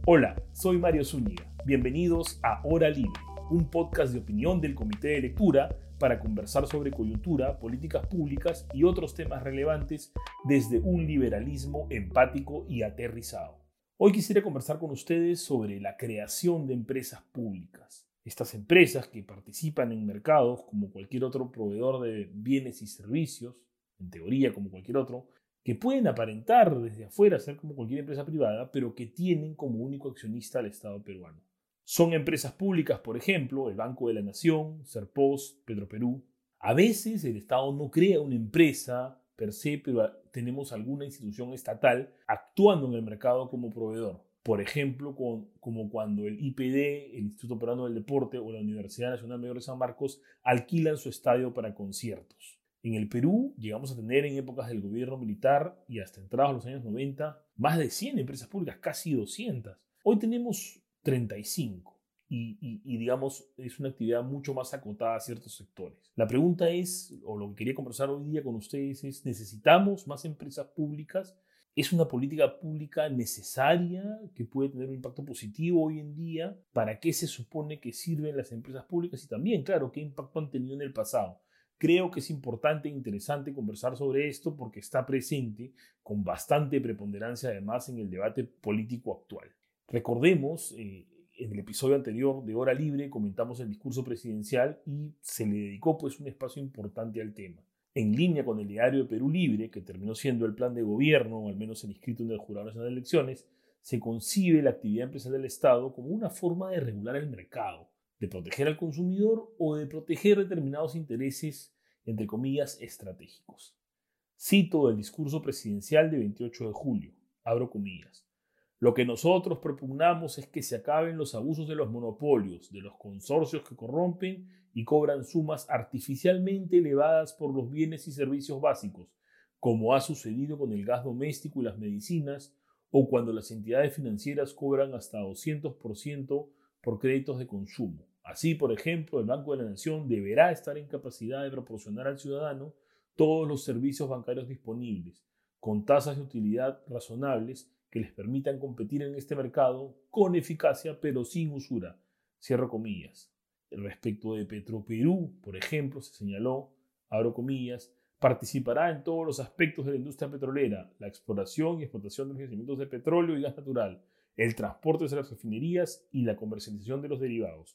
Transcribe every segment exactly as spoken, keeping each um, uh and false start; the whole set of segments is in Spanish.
Hola, soy Mario Zúñiga. Bienvenidos a Hora Libre, un podcast de opinión del Comité de Lectura para conversar sobre coyuntura, políticas públicas y otros temas relevantes desde un liberalismo empático y aterrizado. Hoy quisiera conversar con ustedes sobre la creación de empresas públicas. Estas empresas que participan en mercados como cualquier otro proveedor de bienes y servicios, en teoría como cualquier otro, que pueden aparentar desde afuera ser como cualquier empresa privada, pero que tienen como único accionista al Estado peruano. Son empresas públicas, por ejemplo, el Banco de la Nación, Serpos, Petroperú. A veces el Estado no crea una empresa per se, pero tenemos alguna institución estatal actuando en el mercado como proveedor. Por ejemplo, con, como cuando el I P D, el Instituto Peruano del Deporte o la Universidad Nacional Mayor de San Marcos alquilan su estadio para conciertos. En el Perú llegamos a tener en épocas del gobierno militar y hasta entrados los años noventa más de cien empresas públicas, casi doscientas. Hoy tenemos treinta y cinco y, y, y digamos es una actividad mucho más acotada a ciertos sectores. La pregunta es, o lo que quería conversar hoy día con ustedes es, ¿necesitamos más empresas públicas? ¿Es una política pública necesaria que puede tener un impacto positivo hoy en día? ¿Para qué se supone que sirven las empresas públicas? Y también, claro, ¿qué impacto han tenido en el pasado? Creo que es importante e interesante conversar sobre esto porque está presente con bastante preponderancia además en el debate político actual. Recordemos, eh, en el episodio anterior de Hora Libre comentamos el discurso presidencial y se le dedicó pues un espacio importante al tema. En línea con el diario de Perú Libre, que terminó siendo el plan de gobierno, o al menos el inscrito en el Jurado Nacional de Elecciones, se concibe la actividad empresarial del Estado como una forma de regular el mercado, de proteger al consumidor o de proteger determinados intereses, entre comillas, estratégicos. Cito del discurso presidencial de veintiocho de julio, abro comillas. Lo que nosotros propugnamos es que se acaben los abusos de los monopolios, de los consorcios que corrompen y cobran sumas artificialmente elevadas por los bienes y servicios básicos, como ha sucedido con el gas doméstico y las medicinas, o cuando las entidades financieras cobran hasta doscientos por ciento por créditos de consumo. Así, por ejemplo, el Banco de la Nación deberá estar en capacidad de proporcionar al ciudadano todos los servicios bancarios disponibles, con tasas de utilidad razonables que les permitan competir en este mercado con eficacia, pero sin usura. Cierro comillas. Respecto de Petroperú, por ejemplo, se señaló, abro comillas, participará en todos los aspectos de la industria petrolera, la exploración y explotación de los yacimientos de petróleo y gas natural, el transporte de las refinerías y la comercialización de los derivados.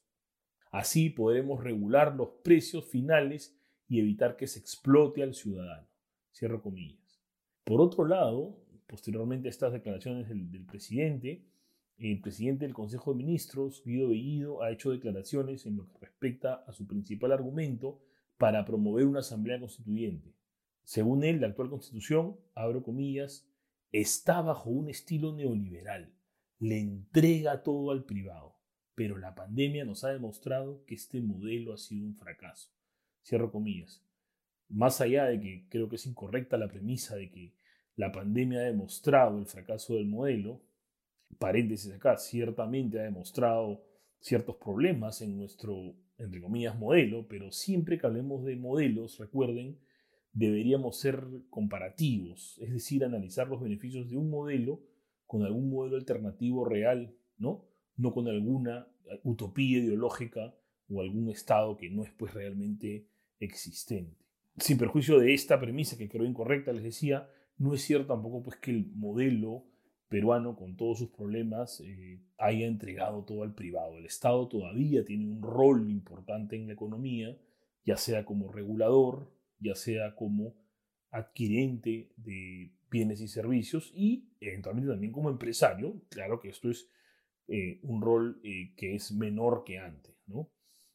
Así podremos regular los precios finales y evitar que se explote al ciudadano. Cierro comillas. Por otro lado, posteriormente a estas declaraciones del, del presidente, el presidente del Consejo de Ministros, Guido Bellido, ha hecho declaraciones en lo que respecta a su principal argumento para promover una asamblea constituyente. Según él, la actual constitución, abro comillas, está bajo un estilo neoliberal, le entrega todo al privado, pero la pandemia nos ha demostrado que este modelo ha sido un fracaso. Cierro comillas. Más allá de que creo que es incorrecta la premisa de que la pandemia ha demostrado el fracaso del modelo, paréntesis acá, ciertamente ha demostrado ciertos problemas en nuestro, entre comillas, modelo, pero siempre que hablemos de modelos, recuerden, deberíamos ser comparativos, es decir, analizar los beneficios de un modelo con algún modelo alternativo real, ¿no? No con alguna utopía ideológica o algún estado que no es pues realmente existente. Sin perjuicio de esta premisa que creo incorrecta, les decía, no es cierto tampoco pues que el modelo peruano con todos sus problemas eh, haya entregado todo al privado. El Estado todavía tiene un rol importante en la economía, ya sea como regulador, ya sea como adquirente de bienes y servicios y eventualmente también como empresario. Claro que esto es eh, un rol eh, que es menor que antes, ¿no?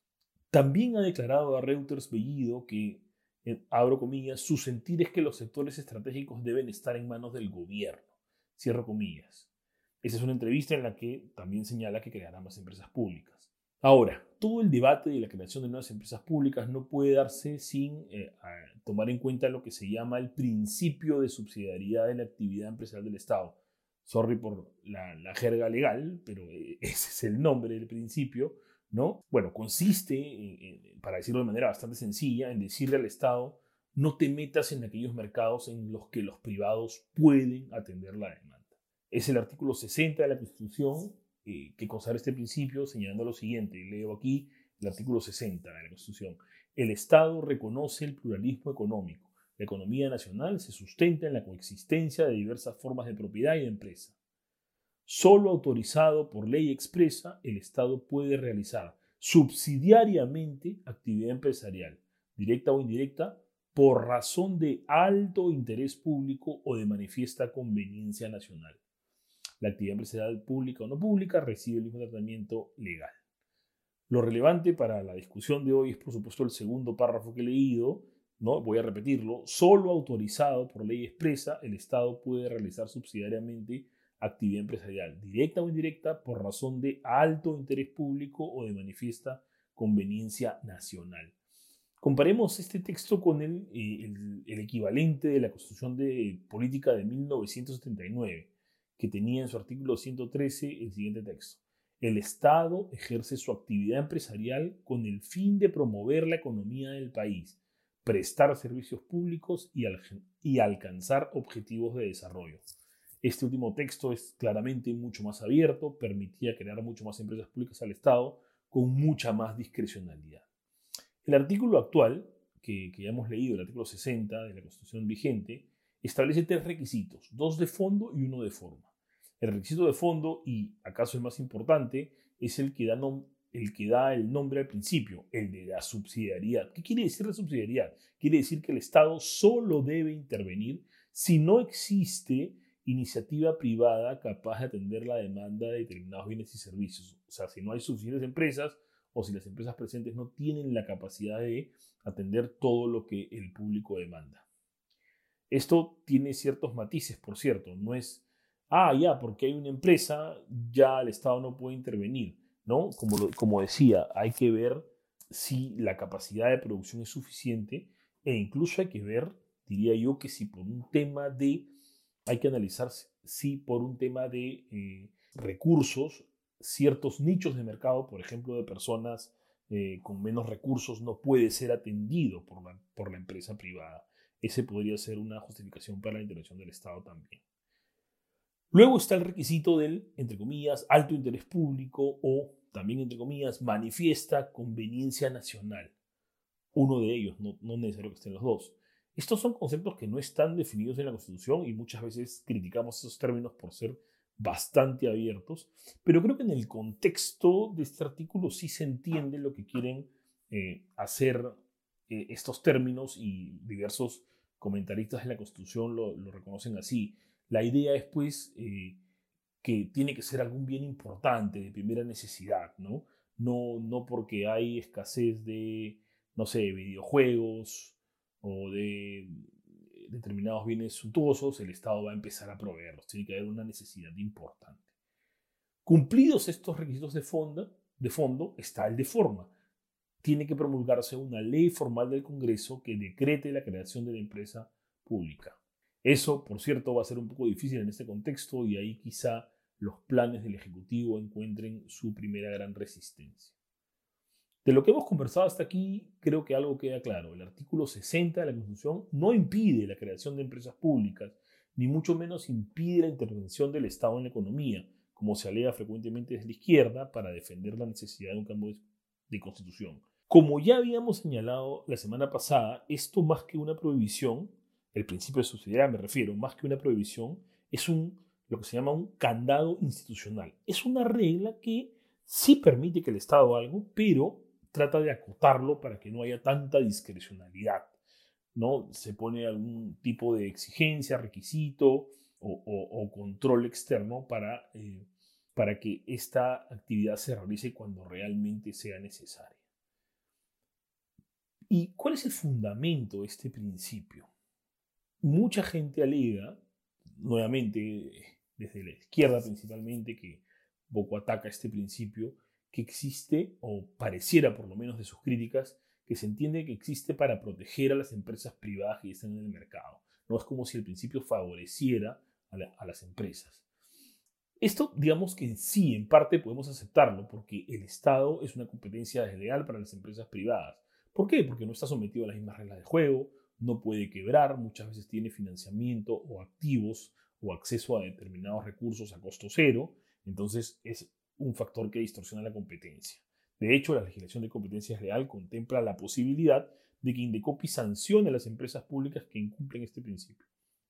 También ha declarado a Reuters Bellido que, eh, abro comillas, su sentir es que los sectores estratégicos deben estar en manos del gobierno. Cierro comillas. Esa es una entrevista en la que también señala que creará más empresas públicas. Ahora, todo el debate de la creación de nuevas empresas públicas no puede darse sin eh, tomar en cuenta lo que se llama el principio de subsidiariedad de la actividad empresarial del Estado. Sorry por la, la jerga legal, pero ese es el nombre del principio, ¿no? Bueno, consiste, en, en, para decirlo de manera bastante sencilla, en decirle al Estado, no te metas en aquellos mercados en los que los privados pueden atender la demanda. Es el artículo sesenta de la Constitución eh, que consagrar este principio señalando lo siguiente. Leo aquí el artículo sesenta de la Constitución. El Estado reconoce el pluralismo económico. La economía nacional se sustenta en la coexistencia de diversas formas de propiedad y de empresa. Solo autorizado por ley expresa, el Estado puede realizar subsidiariamente actividad empresarial, directa o indirecta, por razón de alto interés público o de manifiesta conveniencia nacional. La actividad empresarial pública o no pública recibe el mismo tratamiento legal. Lo relevante para la discusión de hoy es, por supuesto, el segundo párrafo que he leído, ¿no? Voy a repetirlo. Solo autorizado por ley expresa, el Estado puede realizar subsidiariamente actividad empresarial, directa o indirecta, por razón de alto interés público o de manifiesta conveniencia nacional. Comparemos este texto con el, el, el equivalente de la Constitución de Política de mil novecientos setenta y nueve, que tenía en su artículo ciento trece el siguiente texto. El Estado ejerce su actividad empresarial con el fin de promover la economía del país, prestar servicios públicos y, al, y alcanzar objetivos de desarrollo. Este último texto es claramente mucho más abierto, permitía crear mucho más empresas públicas al Estado con mucha más discrecionalidad. El artículo actual, que, que ya hemos leído, el artículo sesenta de la Constitución vigente, establece tres requisitos, dos de fondo y uno de forma. El requisito de fondo, y acaso el más importante, es el que da, nom- el, que da el nombre al principio, el de la subsidiariedad. ¿Qué quiere decir la subsidiariedad? Quiere decir que el Estado solo debe intervenir si no existe iniciativa privada capaz de atender la demanda de determinados bienes y servicios. O sea, si no hay suficientes empresas o si las empresas presentes no tienen la capacidad de atender todo lo que el público demanda. Esto tiene ciertos matices, por cierto. No es, ah, ya, porque hay una empresa, ya el Estado no puede intervenir, ¿no? Como, lo, como decía, hay que ver si la capacidad de producción es suficiente e incluso hay que ver, diría yo, que si por un tema de, hay que analizar si por un tema de eh, recursos, ciertos nichos de mercado, por ejemplo, de personas eh, con menos recursos, no puede ser atendido por la, por la empresa privada. Ese podría ser una justificación para la intervención del Estado también. Luego está el requisito del, entre comillas, alto interés público o, también entre comillas, manifiesta conveniencia nacional. Uno de ellos, no, no necesario que estén los dos. Estos son conceptos que no están definidos en la Constitución y muchas veces criticamos esos términos por ser bastante abiertos, pero creo que en el contexto de este artículo sí se entiende lo que quieren eh, hacer eh, estos términos y diversos comentaristas de la Constitución lo, lo reconocen así. La idea es, pues, eh, que tiene que ser algún bien importante, de primera necesidad, ¿no? No, no porque hay escasez de, no sé, videojuegos o de determinados bienes suntuosos, el Estado va a empezar a proveerlos. Tiene que haber una necesidad importante. Cumplidos estos requisitos de fondo, de fondo, está el de forma. Tiene que promulgarse una ley formal del Congreso que decrete la creación de la empresa pública. Eso, por cierto, va a ser un poco difícil en este contexto y ahí quizá los planes del Ejecutivo encuentren su primera gran resistencia. De lo que hemos conversado hasta aquí, creo que algo queda claro. El artículo sesenta de la Constitución no impide la creación de empresas públicas, ni mucho menos impide la intervención del Estado en la economía, como se alega frecuentemente desde la izquierda para defender la necesidad de un cambio de constitución. Como ya habíamos señalado la semana pasada, esto más que una prohibición, el principio de subsidiariedad me refiero, más que una prohibición, es un, lo que se llama un candado institucional. Es una regla que sí permite que el Estado haga algo, pero trata de acotarlo para que no haya tanta discrecionalidad, ¿no? Se pone algún tipo de exigencia, requisito o, o, o control externo para, eh, para que esta actividad se realice cuando realmente sea necesaria. ¿Y cuál es el fundamento de este principio? Mucha gente alega, nuevamente desde la izquierda principalmente, que poco ataca este principio, que existe, o pareciera por lo menos de sus críticas, que se entiende que existe para proteger a las empresas privadas que están en el mercado. No es como si el principio favoreciera a, la, a las empresas. Esto, digamos que sí, en parte podemos aceptarlo, porque el Estado es una competencia desleal para las empresas privadas. ¿Por qué? Porque no está sometido a las mismas reglas de juego, no puede quebrar, muchas veces tiene financiamiento o activos o acceso a determinados recursos a costo cero, entonces es un factor que distorsiona la competencia. De hecho, la legislación de competencia real contempla la posibilidad de que Indecopi sancione a las empresas públicas que incumplen este principio.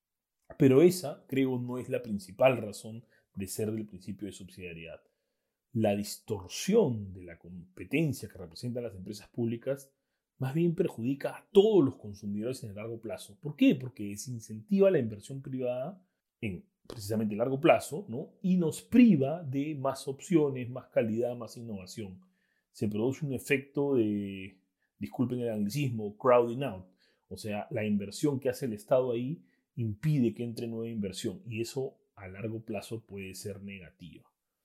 Pero esa, creo, no es la principal razón de ser del principio de subsidiariedad. La distorsión de la competencia que representan las empresas públicas más bien perjudica a todos los consumidores en el largo plazo. ¿Por qué? Porque desincentiva la inversión privada en precisamente el largo plazo, ¿no? Y nos priva de más opciones, más calidad, más innovación. Se produce un efecto de, disculpen el anglicismo, crowding out. O sea, la inversión que hace el Estado ahí impide que entre nueva inversión y eso a largo plazo puede ser negativo.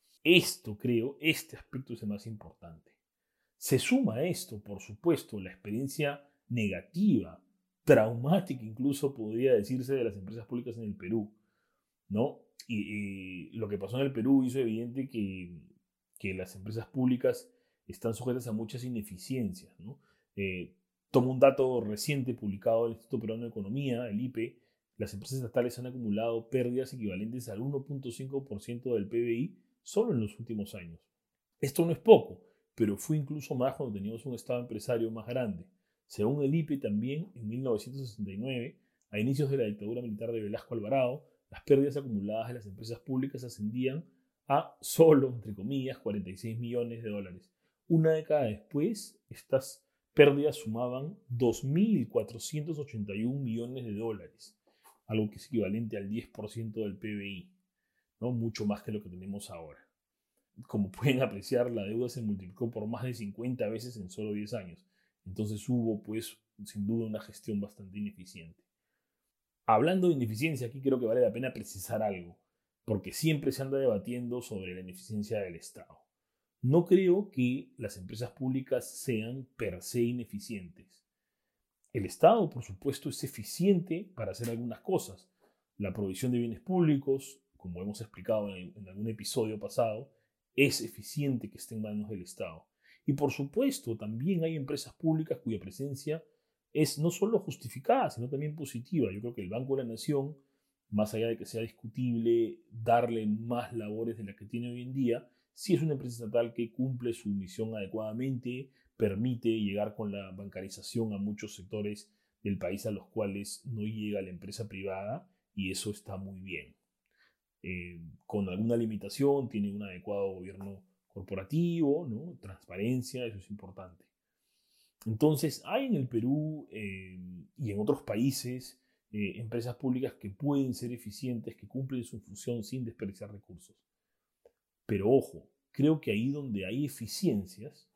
Esto, creo, este aspecto es el más importante. Se suma a esto, por supuesto, la experiencia negativa, traumática incluso podría decirse, de las empresas públicas en el Perú, ¿no? Y, y lo que pasó en el Perú hizo evidente que, que las empresas públicas están sujetas a muchas ineficiencias, ¿no? Eh, tomo un dato reciente publicado del Instituto Peruano de Economía, el I P E. Las empresas estatales han acumulado pérdidas equivalentes al uno punto cinco por ciento del P B I solo en los últimos años. Esto no es poco, pero fue incluso más cuando teníamos un estado empresario más grande. Según el I P E también, en mil novecientos sesenta y nueve, a inicios de la dictadura militar de Velasco Alvarado, las pérdidas acumuladas de las empresas públicas ascendían a solo, entre comillas, cuarenta y seis millones de dólares. Una década después, estas pérdidas sumaban dos mil cuatrocientos ochenta y un millones de dólares, algo que es equivalente al diez por ciento del P B I, ¿no? Mucho más que lo que tenemos ahora. Como pueden apreciar, la deuda se multiplicó por más de cincuenta veces en solo diez años. Entonces hubo, pues, sin duda una gestión bastante ineficiente. Hablando de ineficiencia, aquí creo que vale la pena precisar algo, porque siempre se anda debatiendo sobre la ineficiencia del Estado. No creo que las empresas públicas sean per se ineficientes. El Estado, por supuesto, es eficiente para hacer algunas cosas. La provisión de bienes públicos, como hemos explicado en, en algún episodio pasado, es eficiente que esté en manos del Estado. Y por supuesto, también hay empresas públicas cuya presencia es no solo justificada, sino también positiva. Yo creo que el Banco de la Nación, más allá de que sea discutible darle más labores de las que tiene hoy en día, sí es una empresa estatal que cumple su misión adecuadamente, permite llegar con la bancarización a muchos sectores del país a los cuales no llega la empresa privada, y eso está muy bien. Eh, con alguna limitación, tiene un adecuado gobierno corporativo, ¿no? Transparencia, eso es importante. Entonces, hay en el Perú eh, y en otros países eh, empresas públicas que pueden ser eficientes, que cumplen su función sin desperdiciar recursos. Pero ojo, creo que ahí donde hay eficiencias,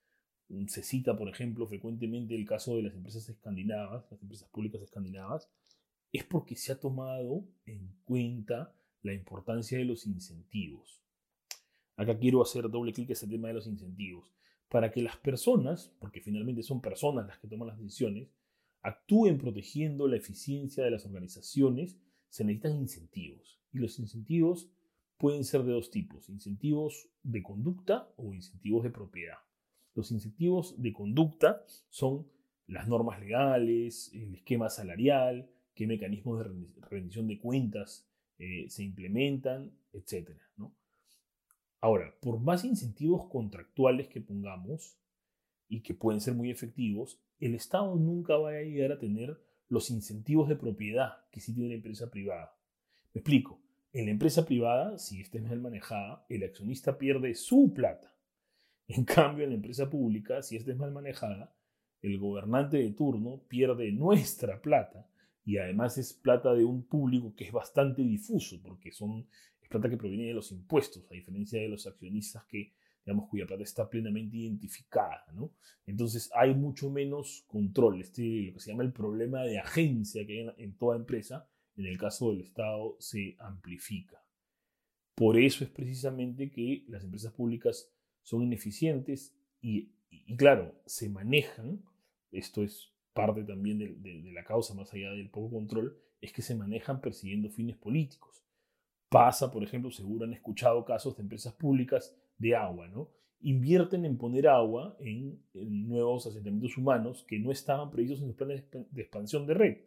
se cita, por ejemplo, frecuentemente el caso de las empresas escandinavas, las empresas públicas escandinavas, es porque se ha tomado en cuenta la importancia de los incentivos. Acá quiero hacer doble clic en ese tema de los incentivos. Para que las personas, porque finalmente son personas las que toman las decisiones, actúen protegiendo la eficiencia de las organizaciones, se necesitan incentivos. Y los incentivos pueden ser de dos tipos: incentivos de conducta o incentivos de propiedad. Los incentivos de conducta son las normas legales, el esquema salarial, qué mecanismos de rendición de cuentas eh, se implementan, etcétera, ¿no? Ahora, por más incentivos contractuales que pongamos, y que pueden ser muy efectivos, el Estado nunca va a llegar a tener los incentivos de propiedad que sí tiene la empresa privada. Me explico. En la empresa privada, si esta es mal manejada, el accionista pierde su plata. En cambio, en la empresa pública, si esta es mal manejada, el gobernante de turno pierde nuestra plata, y además es plata de un público que es bastante difuso, porque son, es plata que proviene de los impuestos, a diferencia de los accionistas que, digamos, cuya plata está plenamente identificada, ¿no? Entonces hay mucho menos control. Este, lo que se llama el problema de agencia que hay en, en toda empresa, en el caso del Estado, se amplifica. Por eso es precisamente que las empresas públicas son ineficientes y, y, y claro, se manejan, esto es parte también de, de, de la causa, más allá del poco control, es que se manejan persiguiendo fines políticos. Pasa, por ejemplo, seguro han escuchado casos de empresas públicas de agua, ¿no? Invierten en poner agua en, en nuevos asentamientos humanos que no estaban previstos en los planes de expansión de red.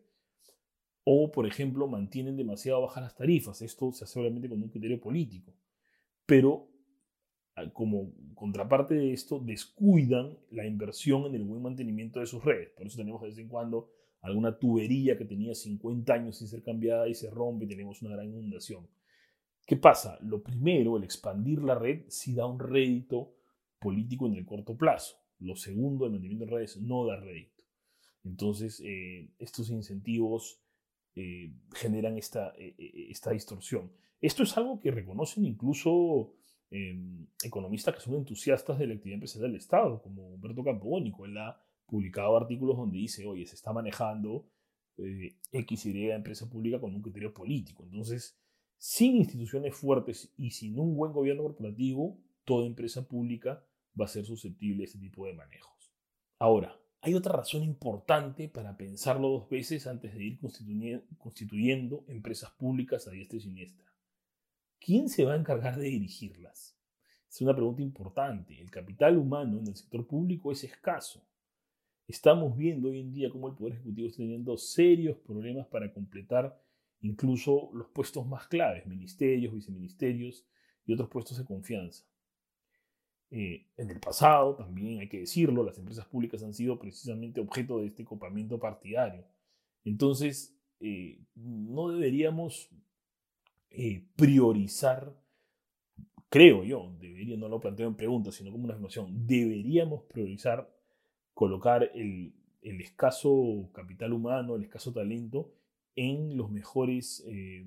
O, por ejemplo, mantienen demasiado bajas las tarifas. Esto se hace obviamente con un criterio político. Pero como contraparte de esto, descuidan la inversión en el buen mantenimiento de sus redes. Por eso tenemos de vez en cuando alguna tubería que tenía cincuenta años sin ser cambiada y se rompe y tenemos una gran inundación. ¿Qué pasa? Lo primero, el expandir la red, sí da un rédito político en el corto plazo. Lo segundo, el mantenimiento de redes no da rédito. Entonces, eh, estos incentivos eh, generan esta, eh, esta distorsión. Esto es algo que reconocen incluso eh, economistas que son entusiastas de la actividad empresarial del Estado, como Humberto Campodónico. Él ha publicado artículos donde dice, oye, se está manejando eh, X y empresa pública con un criterio político. Entonces, sin instituciones fuertes y sin un buen gobierno corporativo, toda empresa pública va a ser susceptible a este tipo de manejos. Ahora, hay otra razón importante para pensarlo dos veces antes de ir constituyendo empresas públicas a diestra y siniestra. ¿Quién se va a encargar de dirigirlas? Es una pregunta importante. El capital humano en el sector público es escaso. Estamos viendo hoy en día cómo el Poder Ejecutivo está teniendo serios problemas para completar incluso los puestos más claves, ministerios, viceministerios y otros puestos de confianza. Eh, en el pasado, también hay que decirlo, las empresas públicas han sido precisamente objeto de este copamiento partidario. Entonces, eh, no deberíamos eh, priorizar, creo yo, debería, no lo planteo en preguntas, sino como una afirmación, deberíamos priorizar colocar el, el escaso capital humano, el escaso talento en los mejores, eh,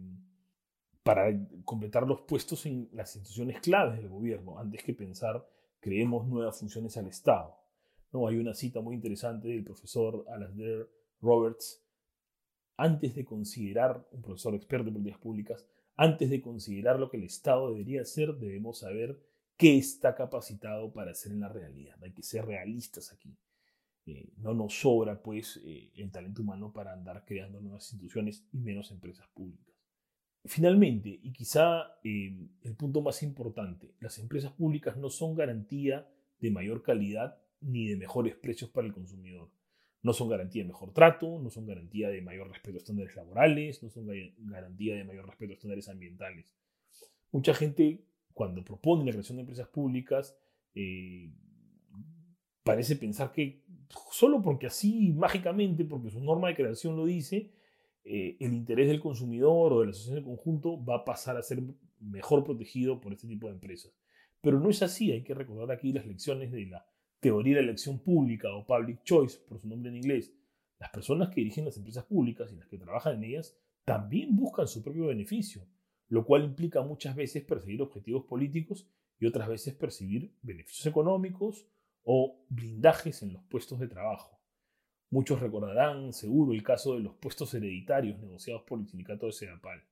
para completar los puestos en las instituciones claves del gobierno, antes que pensar, creemos nuevas funciones al Estado. No, hay una cita muy interesante del profesor Alasdair Roberts. Antes de considerar, un profesor experto en políticas públicas, antes de considerar lo que el Estado debería hacer, debemos saber qué está capacitado para hacer en la realidad. Hay que ser realistas aquí. Eh, no nos sobra, pues, eh, el talento humano para andar creando nuevas instituciones y menos empresas públicas. Finalmente, y quizá eh, el punto más importante, las empresas públicas no son garantía de mayor calidad ni de mejores precios para el consumidor. No son garantía de mejor trato, no son garantía de mayor respeto a estándares laborales, no son garantía de mayor respeto a estándares ambientales. Mucha gente, cuando propone la creación de empresas públicas, eh, parece pensar que solo porque así, mágicamente, porque su norma de creación lo dice, eh, el interés del consumidor o de la asociación en conjunto va a pasar a ser mejor protegido por este tipo de empresas. Pero no es así. Hay que recordar aquí las lecciones de la teoría de la elección pública o public choice, por su nombre en inglés. Las personas que dirigen las empresas públicas y las que trabajan en ellas también buscan su propio beneficio, lo cual implica muchas veces perseguir objetivos políticos y otras veces percibir beneficios económicos o blindajes en los puestos de trabajo. Muchos recordarán seguro el caso de los puestos hereditarios negociados por el sindicato de Sedapal.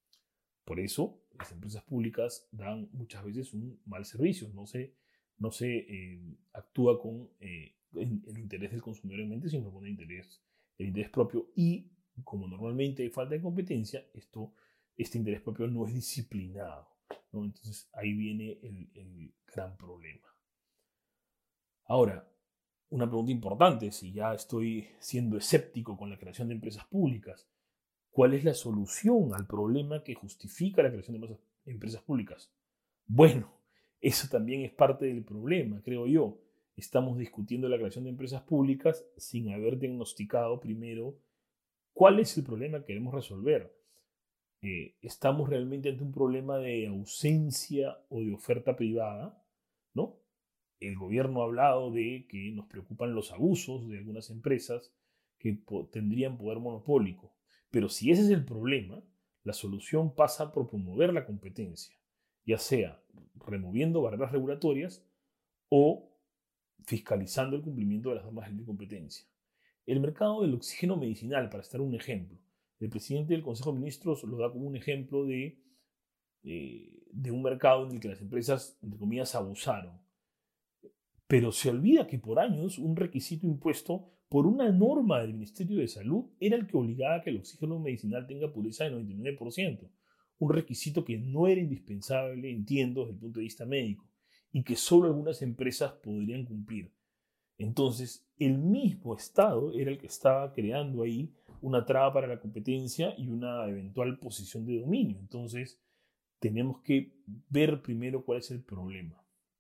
Por eso, las empresas públicas dan muchas veces un mal servicio. No se, no se eh, actúa con eh, el interés del consumidor en mente, sino con el interés, el interés propio. Y como normalmente hay falta de competencia, esto, este interés propio no es disciplinado, ¿no? Entonces ahí viene el, el gran problema. Ahora, una pregunta importante, si ya estoy siendo escéptico con la creación de empresas públicas, ¿cuál es la solución al problema que justifica la creación de empresas, empresas públicas? Bueno, eso también es parte del problema, creo yo. Estamos discutiendo la creación de empresas públicas sin haber diagnosticado primero cuál es el problema que queremos resolver. Eh, ¿Estamos realmente ante un problema de ausencia o de oferta privada? ¿No? El gobierno ha hablado de que nos preocupan los abusos de algunas empresas que po- tendrían poder monopólico. Pero si ese es el problema, la solución pasa por promover la competencia, ya sea removiendo barreras regulatorias o fiscalizando el cumplimiento de las normas de competencia. El mercado del oxígeno medicinal, para estar un ejemplo, el presidente del Consejo de Ministros lo da como un ejemplo de, eh, de un mercado en el que las empresas, entre comillas, abusaron. Pero se olvida que por años un requisito impuesto por una norma del Ministerio de Salud era el que obligaba a que el oxígeno medicinal tenga pureza de noventa y nueve por ciento. Un requisito que no era indispensable, entiendo, desde el punto de vista médico, y que solo algunas empresas podrían cumplir. Entonces, el mismo Estado era el que estaba creando ahí una traba para la competencia y una eventual posición de dominio. Entonces, tenemos que ver primero cuál es el problema.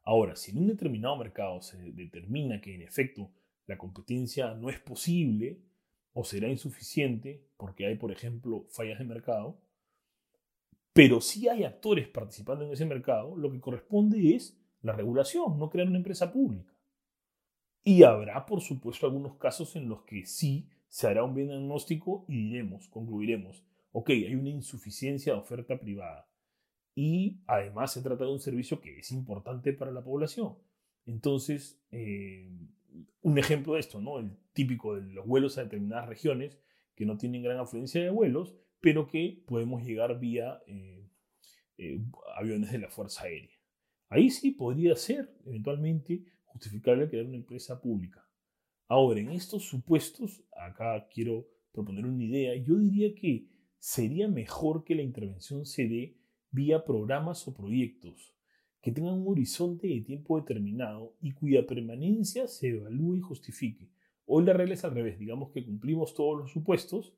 Ahora, si en un determinado mercado se determina que en efecto la competencia no es posible o será insuficiente porque hay, por ejemplo, fallas de mercado, pero sí hay actores participando en ese mercado, lo que corresponde es la regulación, no crear una empresa pública. Y habrá, por supuesto, algunos casos en los que sí se hará un bien diagnóstico y diremos, concluiremos, ok, hay una insuficiencia de oferta privada. Y además se trata de un servicio que es importante para la población. Entonces, eh, un ejemplo de esto, ¿no? El típico de los vuelos a determinadas regiones que no tienen gran afluencia de vuelos, pero que podemos llegar vía eh, eh, aviones de la Fuerza Aérea. Ahí sí podría ser eventualmente justificable crear una empresa pública. Ahora, en estos supuestos, acá quiero proponer una idea, yo diría que sería mejor que la intervención se dé vía programas o proyectos que tengan un horizonte de tiempo determinado y cuya permanencia se evalúe y justifique. Hoy la regla es al revés, digamos que cumplimos todos los supuestos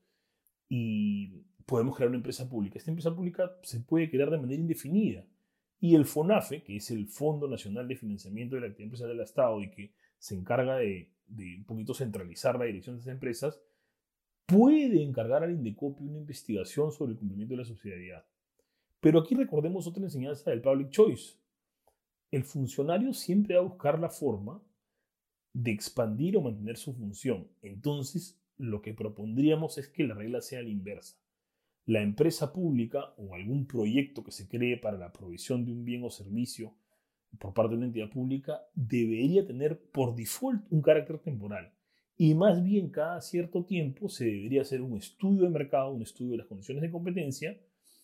y podemos crear una empresa pública. Esta empresa pública se puede crear de manera indefinida y el FONAFE, que es el Fondo Nacional de Financiamiento de la Actividad Empresarial del Estado y que se encarga de, de un poquito centralizar la dirección de esas empresas, puede encargar al INDECOPI una investigación sobre el cumplimiento de la subsidiariedad. Pero aquí recordemos otra enseñanza del Public Choice. El funcionario siempre va a buscar la forma de expandir o mantener su función. Entonces, lo que propondríamos es que la regla sea la inversa. La empresa pública o algún proyecto que se cree para la provisión de un bien o servicio por parte de una entidad pública debería tener por default un carácter temporal. Y más bien cada cierto tiempo se debería hacer un estudio de mercado, un estudio de las condiciones de competencia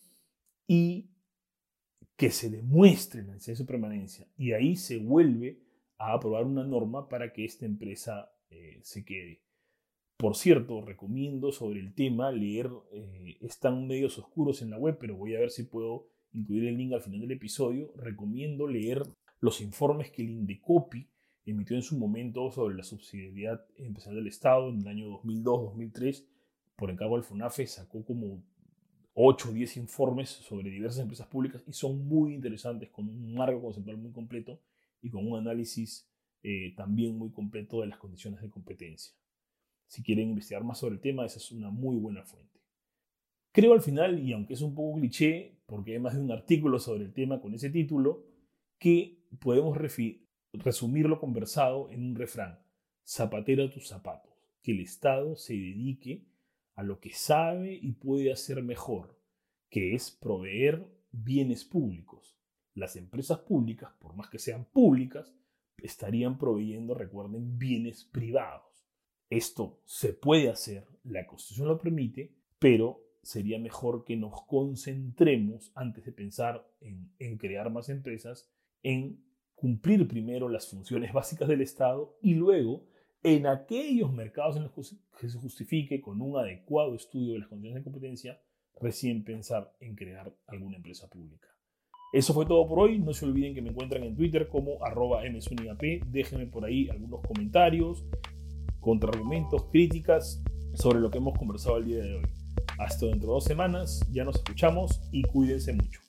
y que se demuestre la necesidad de su permanencia. Y ahí se vuelve a aprobar una norma para que esta empresa eh, se quede. Por cierto, recomiendo sobre el tema leer, eh, están medios oscuros en la web, pero voy a ver si puedo incluir el link al final del episodio. Recomiendo leer los informes que el INDECOPI emitió en su momento sobre la subsidiariedad empresarial del Estado en el año dos mil dos dos mil tres. Por encargo del FONAFE sacó como ocho o diez informes sobre diversas empresas públicas y son muy interesantes, con un marco conceptual muy completo y con un análisis eh, también muy completo de las condiciones de competencia. Si quieren investigar más sobre el tema, esa es una muy buena fuente. Creo al final, y aunque es un poco cliché, porque hay más de un artículo sobre el tema con ese título, que podemos resumir lo conversado en un refrán: zapatero a tus zapatos, que el Estado se dedique a lo que sabe y puede hacer mejor, que es proveer bienes públicos. Las empresas públicas, por más que sean públicas, estarían proveyendo, recuerden, bienes privados. Esto se puede hacer, la Constitución lo permite, pero sería mejor que nos concentremos, antes de pensar en, en crear más empresas, en cumplir primero las funciones básicas del Estado y luego, en aquellos mercados en los que se justifique con un adecuado estudio de las condiciones de competencia, recién pensar en crear alguna empresa pública. Eso fue todo por hoy. No se olviden que me encuentran en Twitter como arroba mzunigap. Déjenme por ahí algunos comentarios, contraargumentos, críticas sobre lo que hemos conversado el día de hoy. Hasta dentro de dos semanas, ya nos escuchamos y cuídense mucho.